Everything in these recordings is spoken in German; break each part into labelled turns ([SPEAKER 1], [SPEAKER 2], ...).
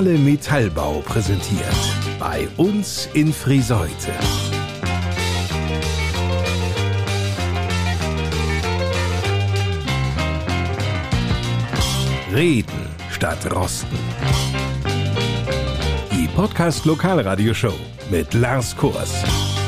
[SPEAKER 1] Halle Metallbau präsentiert. Bei uns in Friseute. Reden statt Rosten. Die Podcast-Lokalradioshow mit Lars Kors.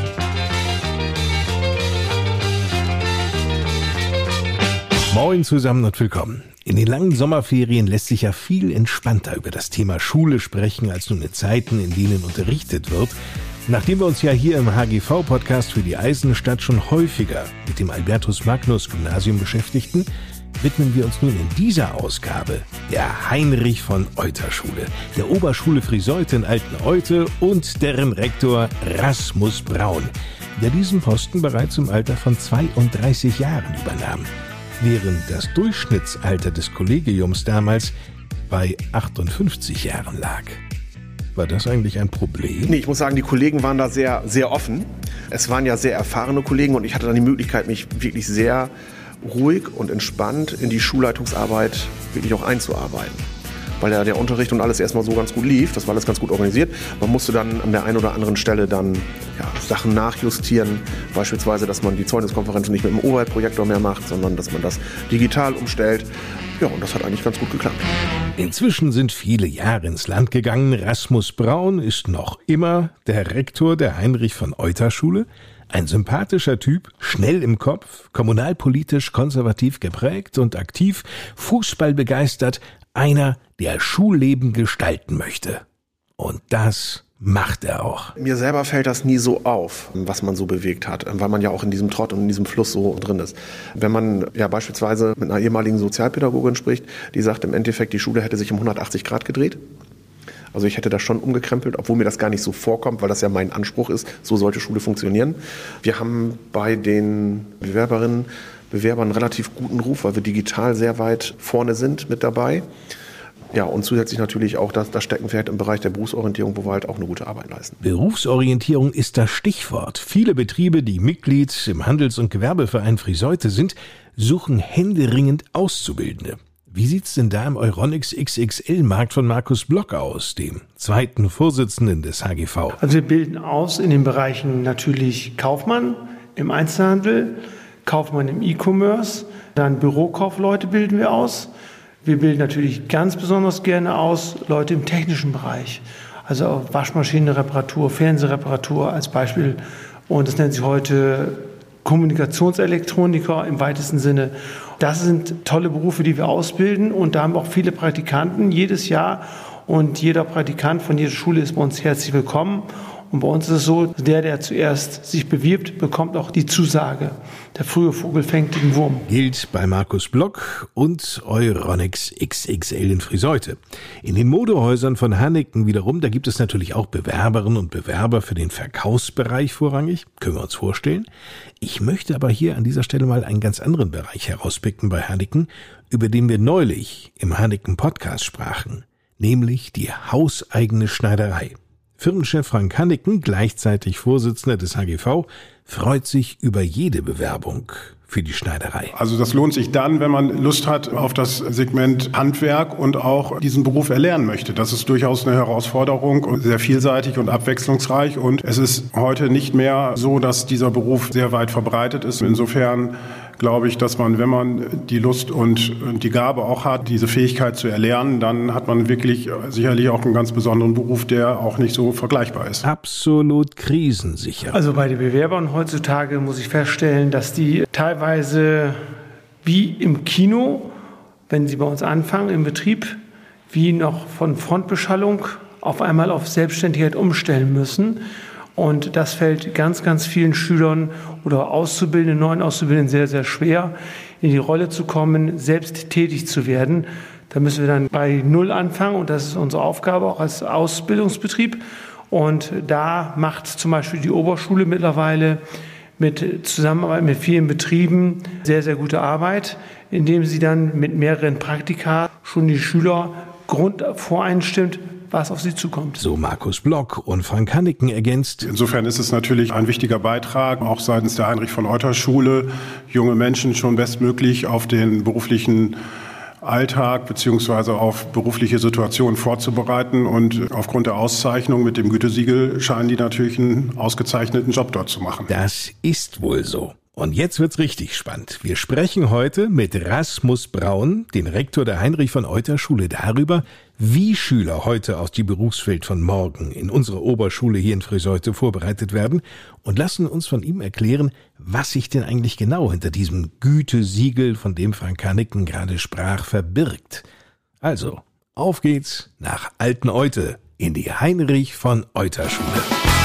[SPEAKER 1] Moin zusammen und willkommen. In den langen Sommerferien lässt sich ja viel entspannter über das Thema Schule sprechen, als nun in Zeiten, in denen unterrichtet wird. Nachdem wir uns ja hier im HGV-Podcast für die Eisenstadt schon häufiger mit dem Albertus-Magnus-Gymnasium beschäftigten, widmen wir uns nun in dieser Ausgabe der Heinrich-von-Euter-Schule, der Oberschule Friseute in Alteneute und deren Rektor Rasmus Braun, der diesen Posten bereits im Alter von 32 Jahren übernahm. Während das Durchschnittsalter des Kollegiums damals bei 58 Jahren lag. War das eigentlich ein Problem?
[SPEAKER 2] Nee, ich muss sagen, die Kollegen waren da sehr, sehr offen. Es waren ja sehr erfahrene Kollegen und ich hatte dann die Möglichkeit, mich wirklich sehr ruhig und entspannt in die Schulleitungsarbeit wirklich auch einzuarbeiten. Weil ja der Unterricht und alles erstmal so ganz gut lief, das war alles ganz gut organisiert. Man musste dann an der einen oder anderen Stelle dann Sachen nachjustieren, beispielsweise, dass man die Zeugniskonferenzen nicht mit dem Overhead-Projektor mehr macht, sondern dass man das digital umstellt. Ja, und das hat eigentlich ganz gut geklappt.
[SPEAKER 1] Inzwischen sind viele Jahre ins Land gegangen. Rasmus Braun ist noch immer der Rektor der Heinrich-von-Euter-Schule. Ein sympathischer Typ, schnell im Kopf, kommunalpolitisch konservativ geprägt und aktiv, Fußball begeistert, einer, der Schulleben gestalten möchte. Und das macht er auch.
[SPEAKER 2] Mir selber fällt das nie so auf, was man so bewegt hat, weil man ja auch in diesem Trott und in diesem Fluss so drin ist. Wenn man ja beispielsweise mit einer ehemaligen Sozialpädagogin spricht, die sagt im Endeffekt, die Schule hätte sich um 180 Grad gedreht. Also ich hätte das schon umgekrempelt, obwohl mir das gar nicht so vorkommt, weil das ja mein Anspruch ist, so sollte Schule funktionieren. Wir haben bei den Bewerbern einen relativ guten Ruf, weil wir digital sehr weit vorne sind mit dabei. Ja, und zusätzlich natürlich auch das Steckenpferd im Bereich der Berufsorientierung, wo wir halt auch eine gute Arbeit leisten.
[SPEAKER 1] Berufsorientierung ist das Stichwort. Viele Betriebe, die Mitglied im Handels- und Gewerbeverein Friseute sind, suchen händeringend Auszubildende. Wie sieht's denn da im Euronics XXL-Markt von Markus Block aus, dem zweiten Vorsitzenden des HGV?
[SPEAKER 3] Also wir bilden aus in den Bereichen natürlich Kaufmann im Einzelhandel, Kaufmann im E-Commerce, dann Bürokaufleute bilden wir aus. Wir bilden natürlich ganz besonders gerne aus Leute im technischen Bereich, also Waschmaschinenreparatur, Fernsehreparatur als Beispiel. Und das nennt sich heute Kommunikationselektroniker im weitesten Sinne. Das sind tolle Berufe, die wir ausbilden und da haben wir auch viele Praktikanten jedes Jahr und jeder Praktikant von jeder Schule ist bei uns herzlich willkommen. Und bei uns ist es so, der zuerst sich bewirbt, bekommt auch die Zusage. Der frühe Vogel fängt den Wurm.
[SPEAKER 1] Gilt bei Markus Block und Euronics XXL in Friseute. In den Modehäusern von Hanneken wiederum, da gibt es natürlich auch Bewerberinnen und Bewerber für den Verkaufsbereich vorrangig. Können wir uns vorstellen. Ich möchte aber hier an dieser Stelle mal einen ganz anderen Bereich herauspicken bei Hanneken, über den wir neulich im Hanneken-Podcast sprachen. Nämlich die hauseigene Schneiderei. Firmenchef Frank Hanneken, gleichzeitig Vorsitzender des HGV, freut sich über jede Bewerbung für die Schneiderei.
[SPEAKER 4] Also das lohnt sich dann, wenn man Lust hat auf das Segment Handwerk und auch diesen Beruf erlernen möchte. Das ist durchaus eine Herausforderung und sehr vielseitig und abwechslungsreich. Und es ist heute nicht mehr so, dass dieser Beruf sehr weit verbreitet ist. Insofern glaube ich, dass man, wenn man die Lust und die Gabe auch hat, diese Fähigkeit zu erlernen, dann hat man wirklich sicherlich auch einen ganz besonderen Beruf, der auch nicht so vergleichbar ist.
[SPEAKER 1] Absolut krisensicher.
[SPEAKER 3] Also bei den Bewerbern heutzutage muss ich feststellen, dass die teilweise wie im Kino, wenn sie bei uns anfangen im Betrieb, wie noch von Frontbeschallung auf einmal auf Selbstständigkeit umstellen müssen. Und das fällt ganz, ganz vielen Schülern oder Auszubildenden, neuen Auszubildenden sehr, sehr schwer, in die Rolle zu kommen, selbst tätig zu werden. Da müssen wir dann bei Null anfangen und das ist unsere Aufgabe auch als Ausbildungsbetrieb. Und da macht zum Beispiel die Oberschule mittlerweile mit Zusammenarbeit mit vielen Betrieben sehr, sehr gute Arbeit, indem sie dann mit mehreren Praktika schon die Schüler voreinstimmt, was auf sie zukommt.
[SPEAKER 1] So Markus Block und Frank Hanneken ergänzt.
[SPEAKER 4] Insofern ist es natürlich ein wichtiger Beitrag, auch seitens der Heinrich-von-Euter-Schule, junge Menschen schon bestmöglich auf den beruflichen Alltag beziehungsweise auf berufliche Situationen vorzubereiten. Und aufgrund der Auszeichnung mit dem Gütesiegel scheinen die natürlich einen ausgezeichneten Job dort zu machen.
[SPEAKER 1] Das ist wohl so. Und jetzt wird's richtig spannend. Wir sprechen heute mit Rasmus Braun, den Rektor der Heinrich-von-Euter-Schule, darüber, wie Schüler heute auf die Berufswelt von morgen in unserer Oberschule hier in Friseute vorbereitet werden und lassen uns von ihm erklären, was sich denn eigentlich genau hinter diesem Gütesiegel, von dem Frank Haneken gerade sprach, verbirgt. Also, auf geht's nach Alteneute in die Heinrich-von-Euter-Schule.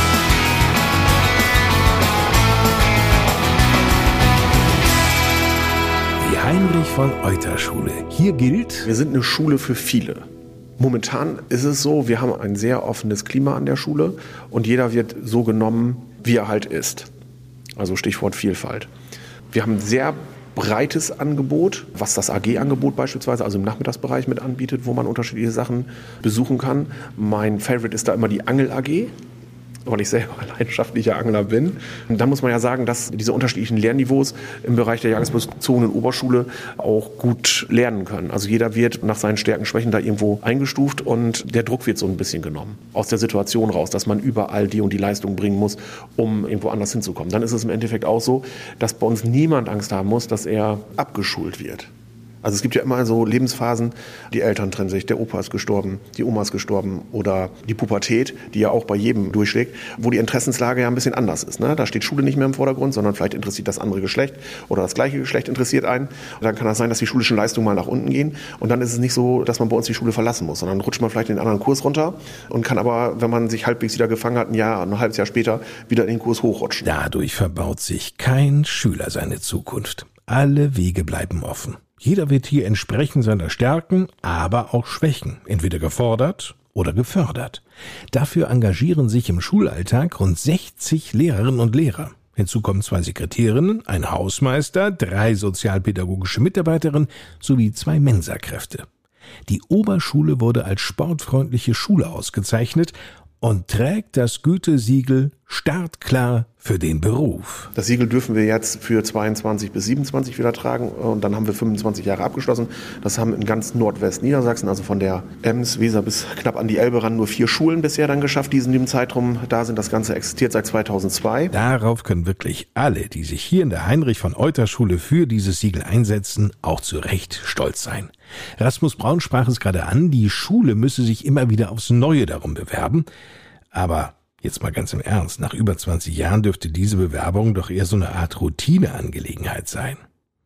[SPEAKER 1] Heinrich-von-Euter-Schule. Hier gilt:
[SPEAKER 2] Wir sind eine Schule für viele. Momentan ist es so, wir haben ein sehr offenes Klima an der Schule und jeder wird so genommen, wie er halt ist. Also Stichwort Vielfalt. Wir haben ein sehr breites Angebot, was das AG-Angebot beispielsweise, also im Nachmittagsbereich mit anbietet, wo man unterschiedliche Sachen besuchen kann. Mein Favorite ist da immer die Angel-AG, weil ich selber leidenschaftlicher Angler bin. Und dann muss man ja sagen, dass diese unterschiedlichen Lernniveaus im Bereich der jagdbezogenen Oberschule auch gut lernen können. Also jeder wird nach seinen Stärken, Schwächen da irgendwo eingestuft und der Druck wird so ein bisschen genommen. Aus der Situation raus, dass man überall die und die Leistung bringen muss, um irgendwo anders hinzukommen. Dann ist es im Endeffekt auch so, dass bei uns niemand Angst haben muss, dass er abgeschult wird. Also es gibt ja immer so Lebensphasen, die Eltern trennen sich, der Opa ist gestorben, die Oma ist gestorben oder die Pubertät, die ja auch bei jedem durchschlägt, wo die Interessenslage ja ein bisschen anders ist. Ne? Da steht Schule nicht mehr im Vordergrund, sondern vielleicht interessiert das andere Geschlecht oder das gleiche Geschlecht interessiert einen. Und dann kann das sein, dass die schulischen Leistungen mal nach unten gehen und dann ist es nicht so, dass man bei uns die Schule verlassen muss, sondern rutscht man vielleicht in den anderen Kurs runter und kann aber, wenn man sich halbwegs wieder gefangen hat, ein halbes Jahr später wieder in den Kurs hochrutschen.
[SPEAKER 1] Dadurch verbaut sich kein Schüler seine Zukunft. Alle Wege bleiben offen. Jeder wird hier entsprechend seiner Stärken, aber auch Schwächen, entweder gefordert oder gefördert. Dafür engagieren sich im Schulalltag rund 60 Lehrerinnen und Lehrer. Hinzu kommen 2 Sekretärinnen, ein Hausmeister, 3 sozialpädagogische Mitarbeiterinnen sowie 2 Mensakräfte. Die Oberschule wurde als sportfreundliche Schule ausgezeichnet und trägt das Gütesiegel startklar für den Beruf.
[SPEAKER 2] Das Siegel dürfen wir jetzt für 22 bis 27 wieder tragen und dann haben wir 25 Jahre abgeschlossen. Das haben in ganz Nordwestniedersachsen, also von der Ems, Weser bis knapp an die Elbe ran, nur 4 Schulen bisher dann geschafft, die in diesem Zeitraum da sind. Das Ganze existiert seit 2002.
[SPEAKER 1] Darauf können wirklich alle, die sich hier in der Heinrich-von-Euter-Schule für dieses Siegel einsetzen, auch zu Recht stolz sein. Rasmus Braun sprach es gerade an, die Schule müsse sich immer wieder aufs Neue darum bewerben. Aber jetzt mal ganz im Ernst, nach über 20 Jahren dürfte diese Bewerbung doch eher so eine Art Routineangelegenheit sein.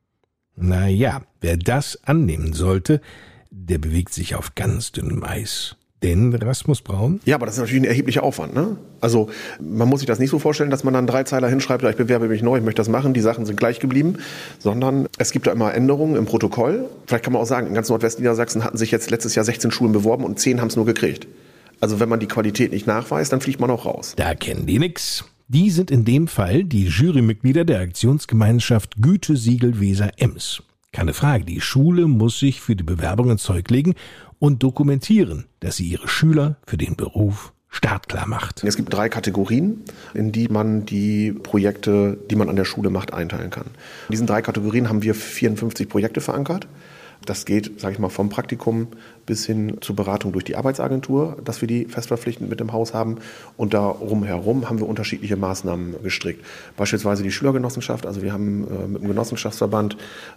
[SPEAKER 1] Naja, wer das annehmen sollte, der bewegt sich auf ganz dünnem Eis. Denn, Rasmus Braun?
[SPEAKER 2] Ja, aber das ist natürlich ein erheblicher Aufwand, ne? Also, man muss sich das nicht so vorstellen, dass man dann 3 Zeiler hinschreibt, ich bewerbe mich neu, ich möchte das machen, die Sachen sind gleich geblieben, sondern es gibt da immer Änderungen im Protokoll. Vielleicht kann man auch sagen, in ganz Nordwestniedersachsen hatten sich jetzt letztes Jahr 16 Schulen beworben und 10 haben es nur gekriegt. Also, wenn man die Qualität nicht nachweist, dann fliegt man auch raus.
[SPEAKER 1] Da kennen die nix. Die sind in dem Fall die Jurymitglieder der Aktionsgemeinschaft Gütesiegel Weser-Ems. Keine Frage, die Schule muss sich für die Bewerbung ins Zeug legen und dokumentieren, dass sie ihre Schüler für den Beruf startklar macht.
[SPEAKER 2] Es gibt 3 Kategorien, in die man die Projekte, die man an der Schule macht, einteilen kann. In diesen 3 Kategorien haben wir 54 Projekte verankert. Das geht, sage ich mal, vom Praktikum bis hin zur Beratung durch die Arbeitsagentur, dass wir die fest verpflichtend mit im Haus haben. Und darum herum haben wir unterschiedliche Maßnahmen gestrickt. Beispielsweise die Schülergenossenschaft. Also wir haben mit dem Genossenschaftsverband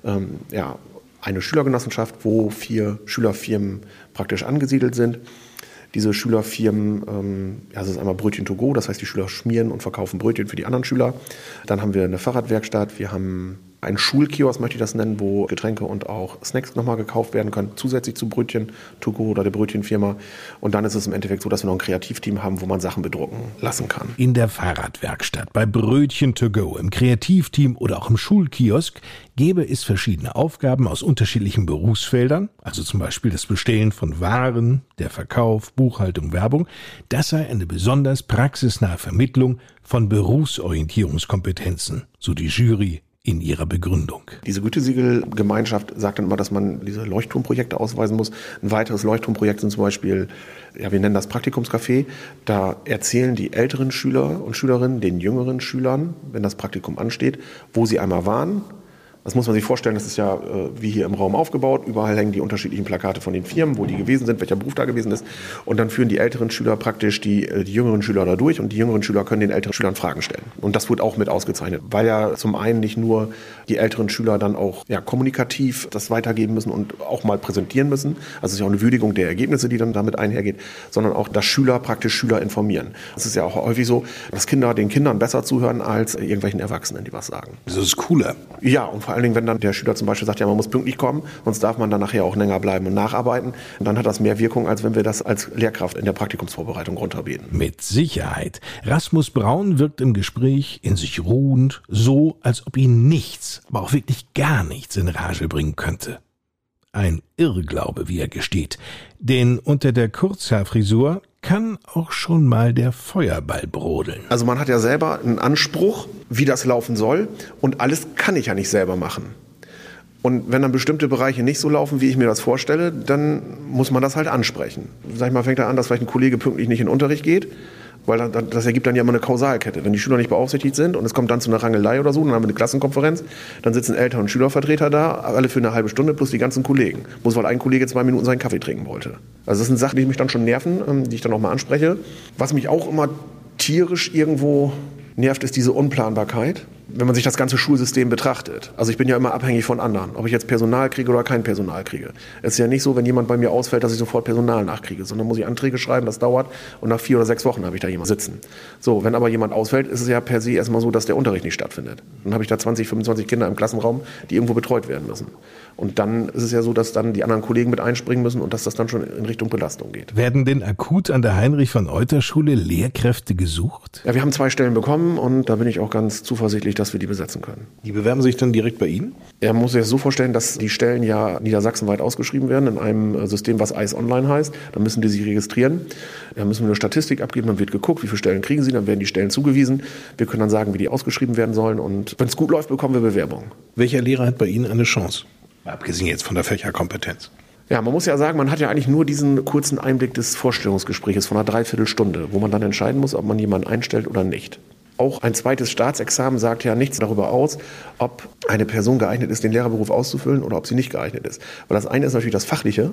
[SPEAKER 2] eine Schülergenossenschaft, wo 4 Schülerfirmen praktisch angesiedelt sind. Diese Schülerfirmen, das ist einmal Brötchen to go, das heißt, die Schüler schmieren und verkaufen Brötchen für die anderen Schüler. Dann haben wir eine Fahrradwerkstatt, wir haben einen Schulkiosk, möchte ich das nennen, wo Getränke und auch Snacks nochmal gekauft werden können, zusätzlich zu Brötchen to go oder der Brötchenfirma. Und dann ist es im Endeffekt so, dass wir noch ein Kreativteam haben, wo man Sachen bedrucken lassen kann.
[SPEAKER 1] In der Fahrradwerkstatt, bei Brötchen to go, im Kreativteam oder auch im Schulkiosk gäbe es verschiedene Aufgaben aus unterschiedlichen Berufsfeldern, also zum Beispiel das Bestellen von Waren, der Verkauf, Buchhaltung, Werbung. Das sei eine besonders praxisnahe Vermittlung von Berufsorientierungskompetenzen, so die Jury in ihrer Begründung.
[SPEAKER 2] Diese Gütesiegelgemeinschaft sagt dann immer, dass man diese Leuchtturmprojekte ausweisen muss. Ein weiteres Leuchtturmprojekt sind zum Beispiel, wir nennen das Praktikumscafé. Da erzählen die älteren Schüler und Schülerinnen den jüngeren Schülern, wenn das Praktikum ansteht, wo sie einmal waren, Das muss man sich vorstellen, das ist ja wie hier im Raum aufgebaut. Überall hängen die unterschiedlichen Plakate von den Firmen, wo die gewesen sind, welcher Beruf da gewesen ist. Und dann führen die älteren Schüler praktisch die jüngeren Schüler da durch und die jüngeren Schüler können den älteren Schülern Fragen stellen. Und das wird auch mit ausgezeichnet, weil ja zum einen nicht nur die älteren Schüler dann auch kommunikativ das weitergeben müssen und auch mal präsentieren müssen. Also es ist ja auch eine Würdigung der Ergebnisse, die dann damit einhergeht, sondern auch, dass Schüler praktisch Schüler informieren. Es ist ja auch häufig so, dass Kinder den Kindern besser zuhören als irgendwelchen Erwachsenen, die was sagen.
[SPEAKER 1] Das ist cooler.
[SPEAKER 2] Ja, und vor allen Dingen, wenn dann der Schüler zum Beispiel sagt, ja, man muss pünktlich kommen, sonst darf man dann nachher auch länger bleiben und nacharbeiten, dann hat das mehr Wirkung, als wenn wir das als Lehrkraft in der Praktikumsvorbereitung runterbeten.
[SPEAKER 1] Mit Sicherheit. Rasmus Braun wirkt im Gespräch in sich ruhend, so, als ob ihn nichts, aber auch wirklich gar nichts in Rage bringen könnte. Ein Irrglaube, wie er gesteht. Denn unter der Kurzhaarfrisur kann auch schon mal der Feuerball brodeln.
[SPEAKER 2] Also man hat ja selber einen Anspruch, wie das laufen soll. Und alles kann ich ja nicht selber machen. Und wenn dann bestimmte Bereiche nicht so laufen, wie ich mir das vorstelle, dann muss man das halt ansprechen. Sag ich mal, fängt er an, dass vielleicht ein Kollege pünktlich nicht in den Unterricht geht. Weil das ergibt dann ja immer eine Kausalkette. Wenn die Schüler nicht beaufsichtigt sind und es kommt dann zu einer Rangelei oder so, dann haben wir eine Klassenkonferenz, dann sitzen Eltern- und Schülervertreter da, alle für eine halbe Stunde plus die ganzen Kollegen. Bloß weil ein Kollege 2 Minuten seinen Kaffee trinken wollte. Also das sind Sachen, die mich dann schon nerven, die ich dann auch mal anspreche. Was mich auch immer tierisch irgendwo nervt, ist diese Unplanbarkeit, wenn man sich das ganze Schulsystem betrachtet. Also ich bin ja immer abhängig von anderen, ob ich jetzt Personal kriege oder kein Personal kriege. Es ist ja nicht so, wenn jemand bei mir ausfällt, dass ich sofort Personal nachkriege, sondern muss ich Anträge schreiben, das dauert und nach 4 oder 6 Wochen habe ich da jemand sitzen. So, wenn aber jemand ausfällt, ist es ja per se erstmal so, dass der Unterricht nicht stattfindet. Dann habe ich da 20, 25 Kinder im Klassenraum, die irgendwo betreut werden müssen. Und dann ist es ja so, dass dann die anderen Kollegen mit einspringen müssen und dass das dann schon in Richtung Belastung geht.
[SPEAKER 1] Werden denn akut an der Heinrich-von-Euter-Schule Lehrkräfte gesucht?
[SPEAKER 2] Ja, wir haben 2 Stellen bekommen und da bin ich auch ganz zuversichtlich, dass wir die besetzen können.
[SPEAKER 1] Die bewerben sich dann direkt bei Ihnen?
[SPEAKER 2] Er muss sich das so vorstellen, dass die Stellen ja niedersachsenweit ausgeschrieben werden in einem System, was EIS Online heißt. Da müssen die sich registrieren. Da müssen wir eine Statistik abgeben, dann wird geguckt, wie viele Stellen kriegen sie, dann werden die Stellen zugewiesen. Wir können dann sagen, wie die ausgeschrieben werden sollen und wenn es gut läuft, bekommen wir Bewerbung.
[SPEAKER 1] Welcher Lehrer hat bei Ihnen eine Chance? Abgesehen jetzt von der Fächerkompetenz.
[SPEAKER 2] Ja, man muss ja sagen, man hat ja eigentlich nur diesen kurzen Einblick des Vorstellungsgesprächs von einer Dreiviertelstunde, wo man dann entscheiden muss, ob man jemanden einstellt oder nicht. Auch ein zweites Staatsexamen sagt ja nichts darüber aus, ob eine Person geeignet ist, den Lehrerberuf auszufüllen oder ob sie nicht geeignet ist. Weil das eine ist natürlich das Fachliche,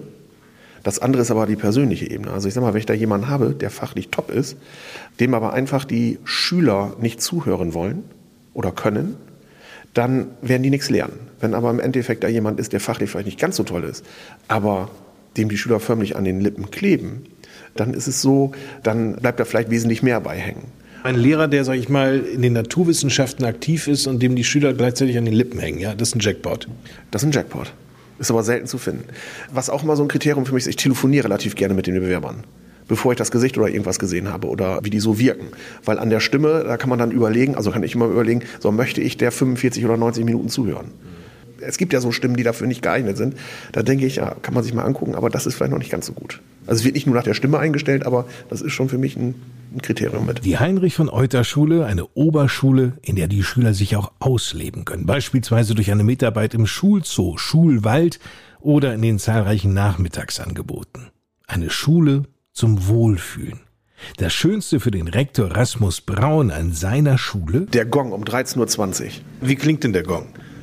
[SPEAKER 2] das andere ist aber die persönliche Ebene. Also ich sag mal, wenn ich da jemanden habe, der fachlich top ist, dem aber einfach die Schüler nicht zuhören wollen oder können, dann werden die nichts lernen. Wenn aber im Endeffekt da jemand ist, der fachlich vielleicht nicht ganz so toll ist, aber dem die Schüler förmlich an den Lippen kleben, dann ist es so, dann bleibt da vielleicht wesentlich mehr bei hängen.
[SPEAKER 1] Ein Lehrer, der, sag ich mal, in den Naturwissenschaften aktiv ist und dem die Schüler gleichzeitig an den Lippen hängen, ja, das ist ein Jackpot.
[SPEAKER 2] Das ist ein Jackpot. Ist aber selten zu finden. Was auch mal so ein Kriterium für mich ist, ich telefoniere relativ gerne mit den Bewerbern, bevor ich das Gesicht oder irgendwas gesehen habe oder wie die so wirken. Weil an der Stimme, da kann man dann überlegen, also kann ich immer überlegen, so möchte ich der 45 oder 90 Minuten zuhören. Es gibt ja so Stimmen, die dafür nicht geeignet sind. Da denke ich, ja, kann man sich mal angucken, aber das ist vielleicht noch nicht ganz so gut. Also es wird nicht nur nach der Stimme eingestellt, aber das ist schon für mich ein Kriterium mit.
[SPEAKER 1] Die Heinrich-von-Euter-Schule, eine Oberschule, in der die Schüler sich auch ausleben können. Beispielsweise durch eine Mitarbeit im Schulzoo, Schulwald oder in den zahlreichen Nachmittagsangeboten. Eine Schule zum Wohlfühlen. Das Schönste für den Rektor Rasmus Braun an seiner Schule?
[SPEAKER 2] Der Gong um 13.20 Uhr.
[SPEAKER 1] Wie klingt denn der Gong?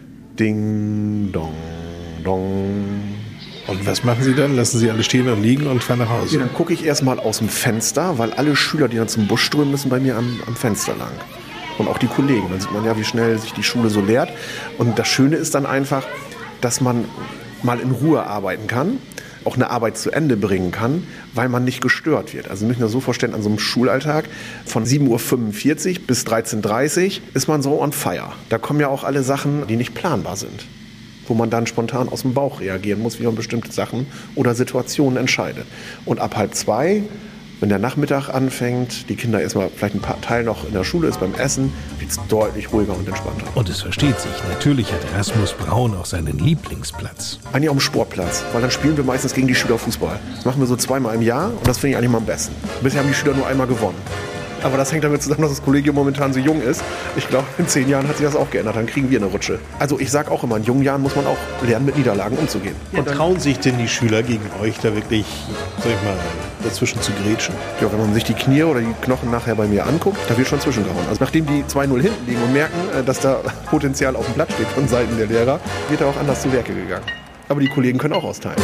[SPEAKER 2] Ding, dong, dong.
[SPEAKER 1] Und was machen Sie dann? Lassen Sie alle stehen und liegen und fahren nach Hause?
[SPEAKER 2] Ja, dann gucke ich erstmal aus dem Fenster, weil alle Schüler, die dann zum Bus strömen, müssen bei mir am Fenster lang. Und auch die Kollegen. Dann sieht man ja, wie schnell sich die Schule so leert. Und das Schöne ist dann einfach, dass man mal in Ruhe arbeiten kann, auch eine Arbeit zu Ende bringen kann, weil man nicht gestört wird. Also Sie müssen das so vorstellen, an so einem Schulalltag von 7.45 Uhr bis 13.30 Uhr ist man so on fire. Da kommen ja auch alle Sachen, die nicht planbar sind, wo man dann spontan aus dem Bauch reagieren muss, wie man bestimmte Sachen oder Situationen entscheidet. Und ab 1:30, wenn der Nachmittag anfängt, die Kinder erstmal vielleicht ein paar Teil noch in der Schule ist beim Essen, wird es deutlich ruhiger und entspannter.
[SPEAKER 1] Und es versteht sich, natürlich hat Rasmus Braun auch seinen Lieblingsplatz.
[SPEAKER 2] Eigentlich auf dem Sportplatz, weil dann spielen wir meistens gegen die Schüler Fußball. Das machen wir so 2-mal im Jahr und das finde ich eigentlich mal am besten. Bisher haben die Schüler nur einmal gewonnen. Aber das hängt damit zusammen, dass das Kollegium momentan so jung ist. Ich glaube, in 10 Jahren hat sich das auch geändert. Dann kriegen wir eine Rutsche. Also ich sage auch immer, in jungen Jahren muss man auch lernen, mit Niederlagen umzugehen.
[SPEAKER 1] Und trauen sich denn die Schüler gegen euch da wirklich, sag ich mal, dazwischen zu grätschen?
[SPEAKER 2] Ja, wenn man sich die Knie oder die Knochen nachher bei mir anguckt, da wird schon zwischengehauen. Also nachdem die 2-0 hinten liegen und merken, dass da Potenzial auf dem Blatt steht von Seiten der Lehrer, wird da auch anders zu Werke gegangen. Aber die Kollegen können auch austeilen.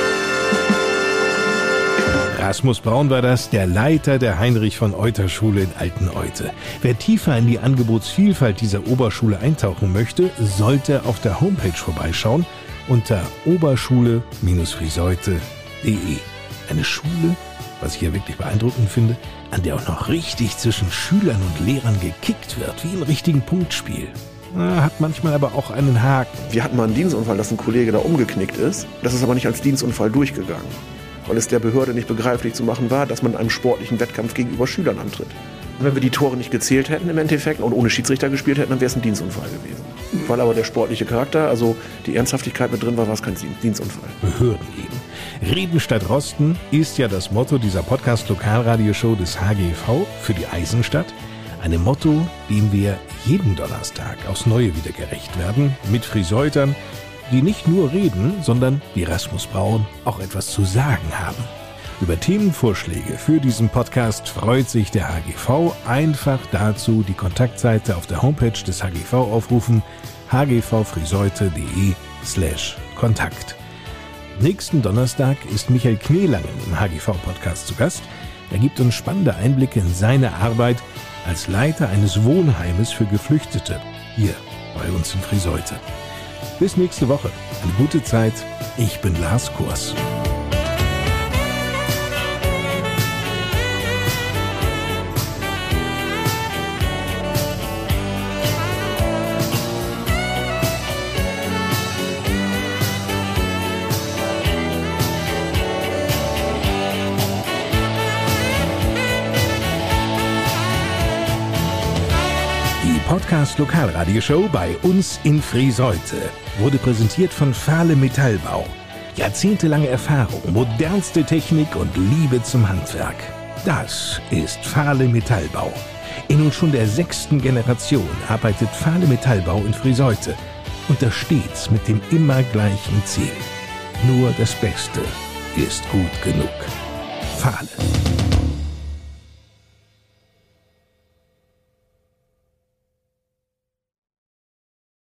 [SPEAKER 1] Rasmus Braun war das, der Leiter der Heinrich-von-Euter-Schule in Alteneute. Wer tiefer in die Angebotsvielfalt dieser Oberschule eintauchen möchte, sollte auf der Homepage vorbeischauen unter oberschule-friseute.de. Eine Schule, was ich ja wirklich beeindruckend finde, an der auch noch richtig zwischen Schülern und Lehrern gekickt wird, wie im richtigen Punktspiel. Hat manchmal aber auch einen Haken.
[SPEAKER 2] Wir hatten mal einen Dienstunfall, dass ein Kollege da umgeknickt ist. Das ist aber nicht als Dienstunfall durchgegangen, weil es der Behörde nicht begreiflich zu machen war, dass man in einem sportlichen Wettkampf gegenüber Schülern antritt. Wenn wir die Tore nicht gezählt hätten im Endeffekt und ohne Schiedsrichter gespielt hätten, dann wäre es ein Dienstunfall gewesen. Weil aber der sportliche Charakter, also die Ernsthaftigkeit mit drin war, war es kein Dienstunfall.
[SPEAKER 1] Behörden eben. Reden statt Rosten ist ja das Motto dieser Podcast-Lokalradioshow des HGV für die Eisenstadt. Ein Motto, dem wir jeden Donnerstag aufs Neue wieder gerecht werden, mit Friseutern, die nicht nur reden, sondern, wie Rasmus Braun, auch etwas zu sagen haben. Über Themenvorschläge für diesen Podcast freut sich der HGV. Einfach dazu die Kontaktseite auf der Homepage des HGV aufrufen, hgvfriseute.de/Kontakt. Nächsten Donnerstag ist Michael Kneelangen im HGV-Podcast zu Gast. Er gibt uns spannende Einblicke in seine Arbeit als Leiter eines Wohnheimes für Geflüchtete hier bei uns in Friseute. Bis nächste Woche. Eine gute Zeit. Ich bin Lars Kurs. Podcast Lokalradioshow bei uns in Friseute wurde präsentiert von Fahle Metallbau. Jahrzehntelange Erfahrung, modernste Technik und Liebe zum Handwerk. Das ist Fahle Metallbau. In nun schon der 6. Generation arbeitet Fahle Metallbau in Friseute und das stets mit dem immer gleichen Ziel. Nur das Beste ist gut genug. Fahle.